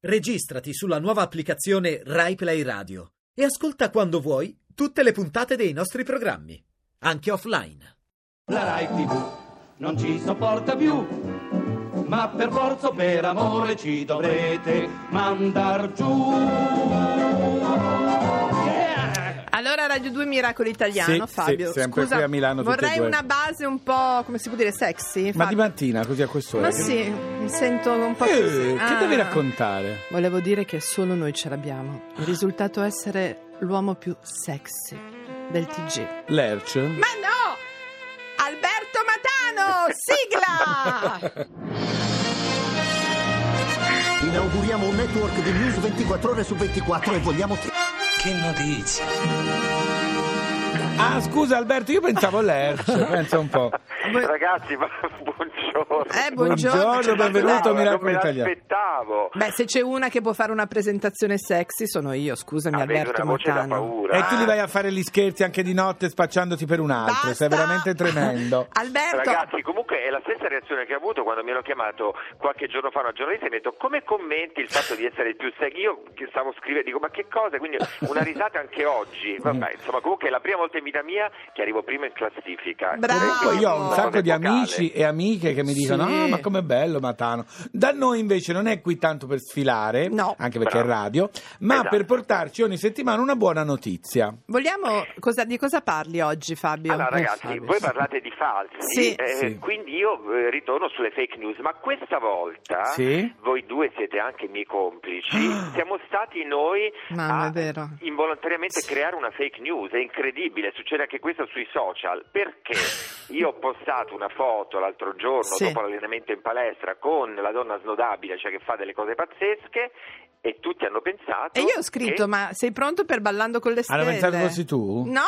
Registrati sulla nuova applicazione Rai Play Radio e ascolta quando vuoi tutte le puntate dei nostri programmi, anche offline. La Rai TV non ci sopporta più, ma per forza o per amore ci dovrete mandar giù. Allora Radio 2 Miracolo Italiano, Sì, Fabio. sì, sempre Scusa, qui a Milano tutte e vorrei due. una base un po', come si può dire, sexy. Ma Fabio. di mattina, così a quest'ora? Ma sì, mi sento un po' così. Che devi raccontare? Volevo dire che solo noi ce l'abbiamo. Il risultato è essere l'uomo più sexy del TG. Lerch? Ma no! Alberto Matano! Sigla! Inauguriamo un network di news 24 ore su 24 e vogliamo Che notizie? Ah, scusa Alberto, io pensavo Lerch, pensa un po'. Ragazzi, ma buongiorno. Buongiorno, benvenuto a Miracolo Non me Italiano. l'aspettavo. Beh, se c'è una che può fare una presentazione sexy sono io, scusami Avete Alberto una voce da Matano. paura. E tu li vai a fare gli scherzi anche di notte spacciandoti per un altro, Basta! sei veramente tremendo. Alberto, Ragazzi, comunque è la stessa reazione che ho avuto quando mi hanno chiamato qualche giorno fa una giornalista e mi ha detto: come commenti il fatto di essere il più sexy? Io che stavo scrivendo dico: ma che cosa? Quindi una risata anche oggi. Vabbè, insomma, comunque è la prima volta in vita mia che arrivo primo in classifica. Bravo! Poi io ho un Una sacco cosa di epocale. amici e amiche che mi dicono: Sì. ah, ma com'è bello Matano. Da noi invece non è qui tanto per sfilare, No. anche perché è Bravo. radio, ma Esatto. per portarci ogni settimana una buona notizia. vogliamo di cosa parli oggi, Fabio? Allora ragazzi, Fabio, voi sì. parlate di falsi, Sì. Sì. quindi io ritorno sulle fake news, ma questa volta Sì? voi due siete anche miei complici, siamo stati noi Mamma, a è vero. involontariamente creare una fake news, è incredibile, succede anche questo sui social, perché io ho postato una foto l'altro giorno Sì. dopo l'allenamento in palestra con la donna snodabile, cioè che fa delle cose pazzesche, e tutti hanno pensato E io ho scritto, che... ma sei pronto per Ballando con le Stelle? Hanno pensato fossi tu? No!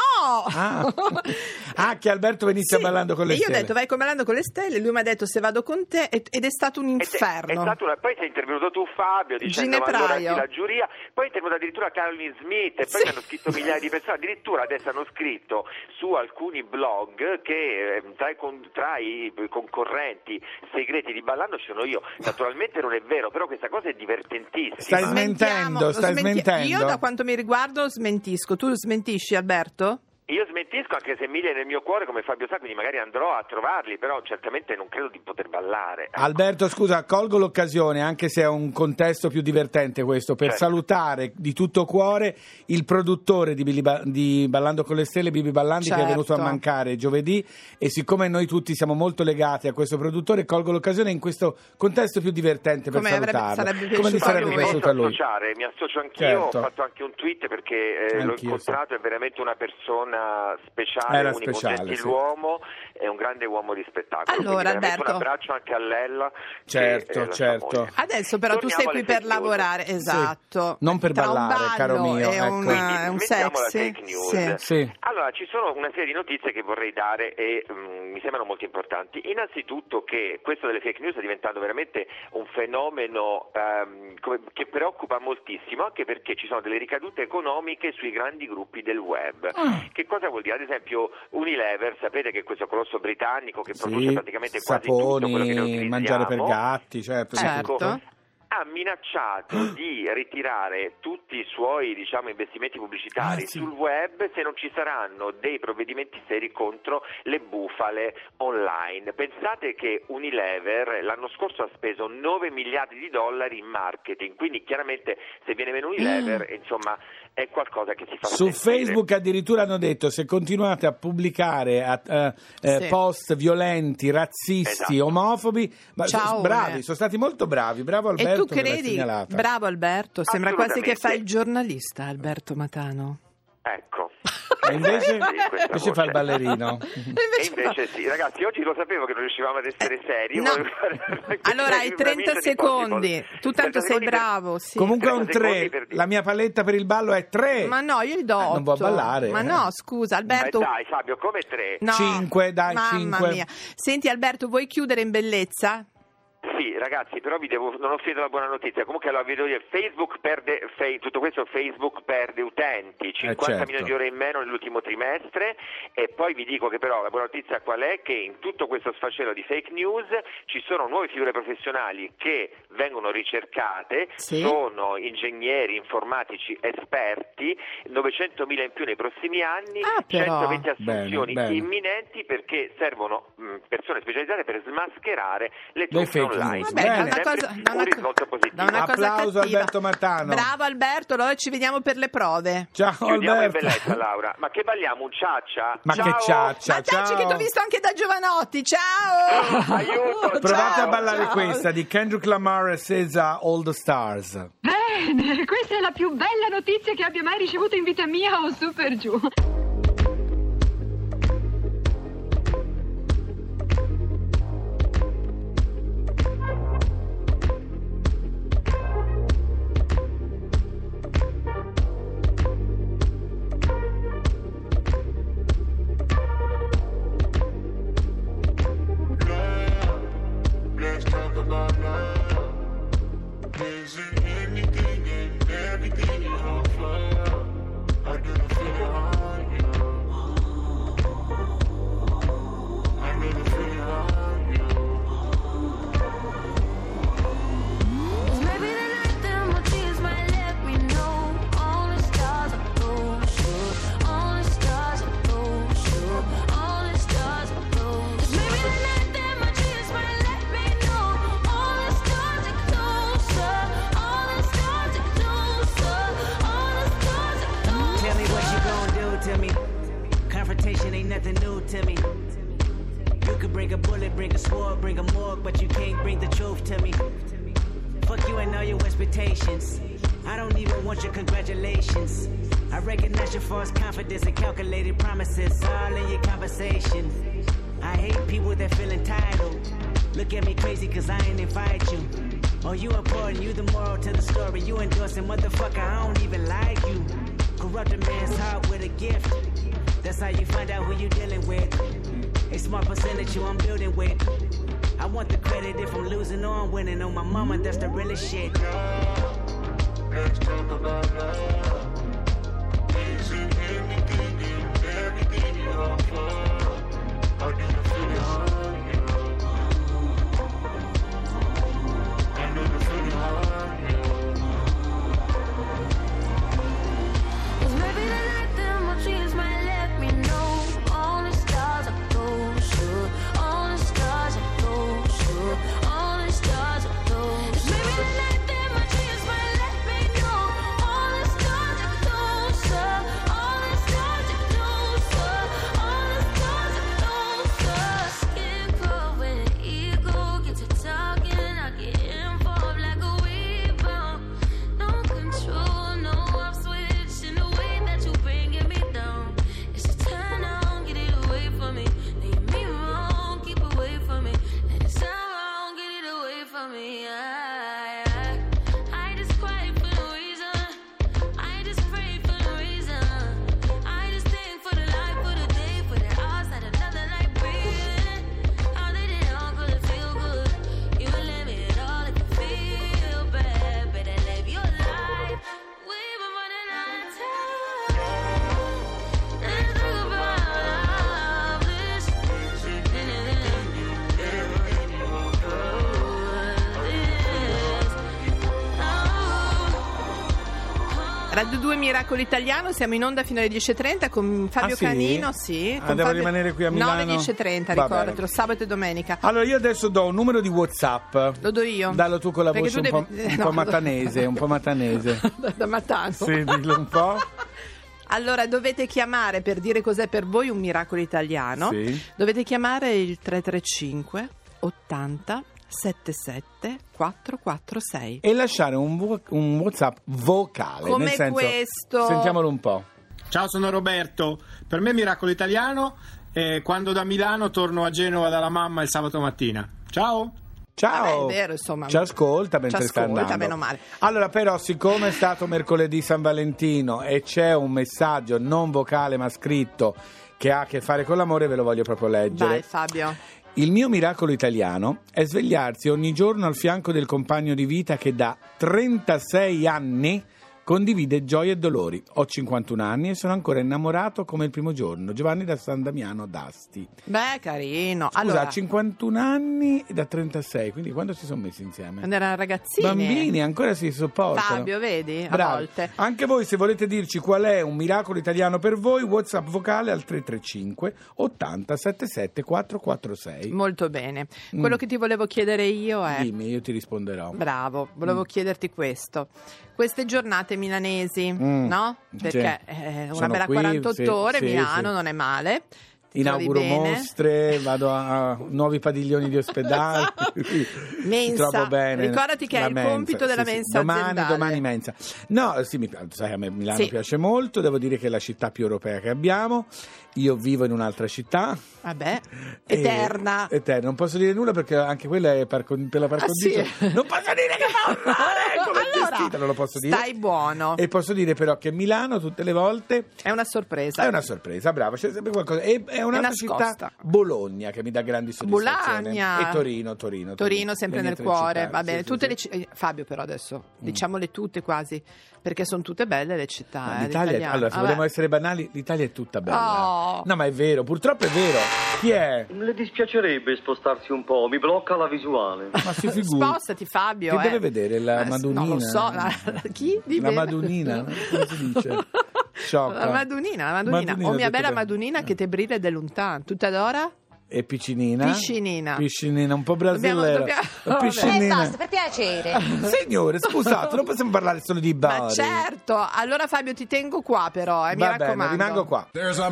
Ah, che Alberto venisse Sì. Ballando con le E io Stelle. ho detto vai con Ballando con le Stelle, lui mi ha detto se vado con te, ed è stato un È inferno. stato poi sei intervenuto tu Fabio dicendo ma allora Ginepraio. chi la giuria, poi è intervenuto addirittura Caroline Smith e poi Sì. mi hanno scritto migliaia di persone, addirittura adesso hanno scritto su alcuni blog che tra i concorrenti segreti di Ballando ci sono io. Naturalmente non è vero, però questa cosa è divertentissima. Stai smentendo, stai smentendo. Io da quanto mi riguardo smentisco. Tu smentisci, Alberto? Io smentisco, anche se Emilia è nel mio cuore come Fabio sa, quindi magari andrò a trovarli, però certamente non credo di poter ballare. Alberto, scusa, colgo l'occasione, anche se è un contesto più divertente questo, per Certo. salutare di tutto cuore il produttore di Ballando con le Stelle, Bibi Ballandi, che è venuto a Certo. mancare giovedì, e siccome noi tutti siamo molto legati a questo produttore, colgo l'occasione in questo contesto più divertente per Come avrebbe- salutarlo. sarebbe Come gli piaciuto a sarebbe lui. piaciuto a lui? Mi associo anch'io, Certo. ho fatto anche un tweet perché l'ho Anch'io, incontrato, è veramente una persona speciale, Era unico, speciale, un gentiluomo, è un grande uomo di spettacolo. Allora, Quindi veramente Alberto. un abbraccio anche a Lella. Certo, che è la sua certo. moglie. Adesso però tu sei Torniamo qui alle per fake news. lavorare, esatto. Non per Tra un ballare, ballo caro mio, e ecco. un, Quindi, è un mettiamo la sexy. fake news. Sì. Allora, ci sono una serie di notizie che vorrei dare e mi sembrano molto importanti. Innanzitutto che questo delle fake news è diventato veramente un fenomeno che preoccupa moltissimo, anche perché ci sono delle ricadute economiche sui grandi gruppi del web. Che cosa vuol dire? Ad esempio Unilever, sapete che è questo colosso britannico che produce praticamente quasi tutto quello che noi saponi, utilizziamo. mangiare per gatti, certo. Certo. Ha minacciato di ritirare tutti i suoi, investimenti pubblicitari Sì. sul web se non ci saranno dei provvedimenti seri contro le bufale online. Pensate che Unilever l'anno scorso ha speso 9 miliardi di dollari in marketing, quindi chiaramente se viene meno Unilever, insomma, è qualcosa che si fa Su sentire. Facebook addirittura hanno detto: se continuate a pubblicare Sì. post violenti, razzisti, Esatto. omofobi, ma Ciao, bravi, sono stati molto bravi, bravo E Alberto tu che l'hai credi? segnalata. Bravo Alberto, sembra quasi che fa Assolutamente. il giornalista, Alberto Matano. Ecco. E invece, Sì, questa invece fa il voce. ballerino. E invece sì, ragazzi, oggi lo sapevo che non riuscivamo ad essere seri. no. Volevo fare- Allora hai 30 secondi, tu tanto 30 sei secondi per- bravo, sì. Comunque è un 30 secondi 3, per dire. la mia paletta per il ballo è 3. Ma no, io gli do 8. non può ballare, Ma no, scusa, Alberto. Dai Fabio, come 3? No. 5, dai, Mamma 5. mia. Senti Alberto, vuoi chiudere in bellezza? Sì, ragazzi, però non ho finito la buona notizia. Comunque allora vi devo dire, Facebook perde, tutto questo Facebook perde utenti, 50 certo. milioni di ore in meno nell'ultimo trimestre, e poi vi dico che però la buona notizia qual è? Che in tutto questo sfacelo di fake news ci sono nuove figure professionali che vengono ricercate, sono ingegneri, informatici, esperti, 900.000 in più nei prossimi anni, 120 assunzioni imminenti, perché servono persone specializzate per smascherare le truffe online. Vabbè, un risvolto positivo. Applauso Alberto Matano. Bravo Alberto, noi ci vediamo per le prove. Ciao Chiudiamo Alberto. in bellezza, Laura. Ma che balliamo? Un ciaccia? Ma ciao. che ciaccia? Ma dai, che ti ho visto anche da Giovanotti. Ciao! Aiuto! Provate ciao. a ballare questa di Kendrick Lamar e SZA, All the Stars. Bene, questa è la più bella notizia che abbia mai ricevuto in vita mia o su per giù. Ain't nothing new to me. You could bring a bullet, bring a sword, bring a morgue, but you can't bring the truth to me. Fuck you and all your expectations. I don't even want your congratulations. I recognize your false confidence and calculated promises all in your conversation. I hate people that feel entitled. Look at me crazy cause I ain't invite you. Oh, you important, you the moral to the story. You endorsing, motherfucker, I don't even like you. Corrupt a man's heart with a gift. That's how you find out who you dealing with. A smart percentage you I'm building with. I want the credit if I'm losing or I'm winning. On my mama, that's the realest shit. Let's talk about love. Is it anything and everything you offer? How do you feel it? I know you feel it hard. Maybe the night that my dreams might let me know. All the stars are closer. All the stars are closer. All the stars are closer. Maybe the night that my dreams might let me know. All the stars are closer. All the stars are closer. All the stars are closer. Skin cold when the ego gets to talking. I get involved like a rebound. No control, no off switch in the way that you bringing me down. It's a turn on, get it away from me. Leave me wrong, keep away from me. And it's not wrong, get it away from me. I just cry for no reason. I just pray for no reason. I just think for the life, for the day, for the hours that another night breathing. How did it all go to feel good? You let me at all if you feel bad. Better live your life. We've been running out of time. Let's talk about all this. Radio 2 Miracolo Italiano, siamo in onda fino alle 10.30 con Fabio sì? Canino. Sì, con devo Fabio... rimanere qui a Milano? 9.10.30, Va ricordatelo, bene. sabato e domenica. Allora io adesso do un numero di WhatsApp. Lo do io. Dallo tu con la Perché voce tu un devi- po' matanese, un po' matanese. da Matano. Sì, dillo un po'. Allora, dovete chiamare per dire cos'è per voi un miracolo italiano. Sì. Dovete chiamare il 335 80 77 446. E lasciare un WhatsApp vocale. Come nel senso, questo. Sentiamolo un po'. Ciao, sono Roberto. Per me Miracolo Italiano è quando da Milano torno a Genova dalla mamma il sabato mattina. Ciao! Ciao! Vabbè, è vero, insomma. Ci ascolta mentre Ci sta ascolta, andando. meno male. Allora, però, siccome è stato mercoledì San Valentino e c'è un messaggio non vocale ma scritto che ha a che fare con l'amore, ve lo voglio proprio leggere. Vai Fabio. Il mio miracolo italiano è svegliarsi ogni giorno al fianco del compagno di vita che da 36 anni condivide gioie e dolori. Ho 51 anni e sono ancora innamorato come il primo giorno. Giovanni da San Damiano d'Asti. Beh, carino. Scusa, Allora, ha 51 anni e da 36, quindi quando si sono messi insieme? quando erano ragazzini. Bambini, ancora si sopportano. Fabio, vedi? A Bravi. volte. Anche voi, se volete dirci qual è un miracolo italiano per voi, WhatsApp vocale al 335 80 77 446. Molto bene. Quello che ti volevo chiedere io è... Dimmi, io ti risponderò. Bravo, volevo chiederti questo. Queste giornate milanesi, no? Perché una Sono bella qui, 48 sì, ore, sì, Milano sì. non è male. Ti Inauguro trovi bene? mostre, vado a nuovi padiglioni di ospedale. Mi trovo bene. Ricordati che La hai il mensa, compito della sì, sì. mensa aziendale. Domani mensa. No, sì, sai, a me Milano Sì. piace molto, devo dire che è la città più europea che abbiamo. Io vivo in un'altra città. Vabbè, eterna. Eterna, non posso dire nulla perché anche quella è per la par condicio. sì? Non posso dire che fa come Allora, vestita, non lo posso dire. stai buono. E posso dire però che Milano tutte le volte È una sorpresa. è una sorpresa, bravo, c'è sempre qualcosa. È un'altra nascosta. città, Bologna, che mi dà grandi soddisfazioni. Bologna. E Torino. Torino sempre Le nel mie tre cuore, città, va bene. sì, Tutte sì, le Fabio però adesso, diciamole tutte quasi, perché sono tutte belle le città, L'Italia, italiane. allora, se Vabbè. vogliamo essere banali, l'Italia è tutta bella. Oh. No, ma è vero, purtroppo è vero. Chi è? Le dispiacerebbe spostarsi un po', mi blocca la visuale. Ma si figuri. Spostati Fabio. Che deve vedere la Madonnina? Non lo so, chi? Di La bene? Madonnina, come si dice? Sciocca. La Madonnina. Oh mia bella Madonnina che te brilla de lontano. Tutta d'ora? E Piccinina? Piscinina, un po' brasiliera. Piscinina. per piacere. Signore, scusate, non possiamo parlare solo di Bari. Ma certo, allora Fabio ti tengo qua però, mi Va raccomando. bene, rimango qua.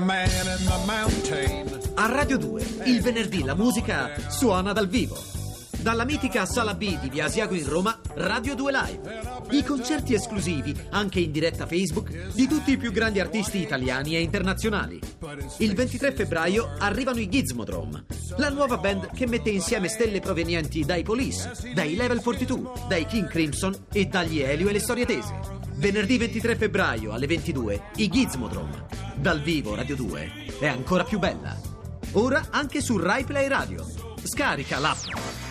A Radio 2, il venerdì la musica suona dal vivo. Dalla mitica Sala B di Via Asiago in Roma, Radio 2 Live. I concerti esclusivi, anche in diretta Facebook, di tutti i più grandi artisti italiani e internazionali. Il 23 febbraio arrivano i Gizmodrome, la nuova band che mette insieme stelle provenienti dai Police, dai Level 42, dai King Crimson e dagli Elio e le Storie Tese. Venerdì 23 febbraio alle 22, i Gizmodrome. Dal vivo Radio 2 è ancora più bella. Ora anche su Rai Play Radio. Scarica l'app.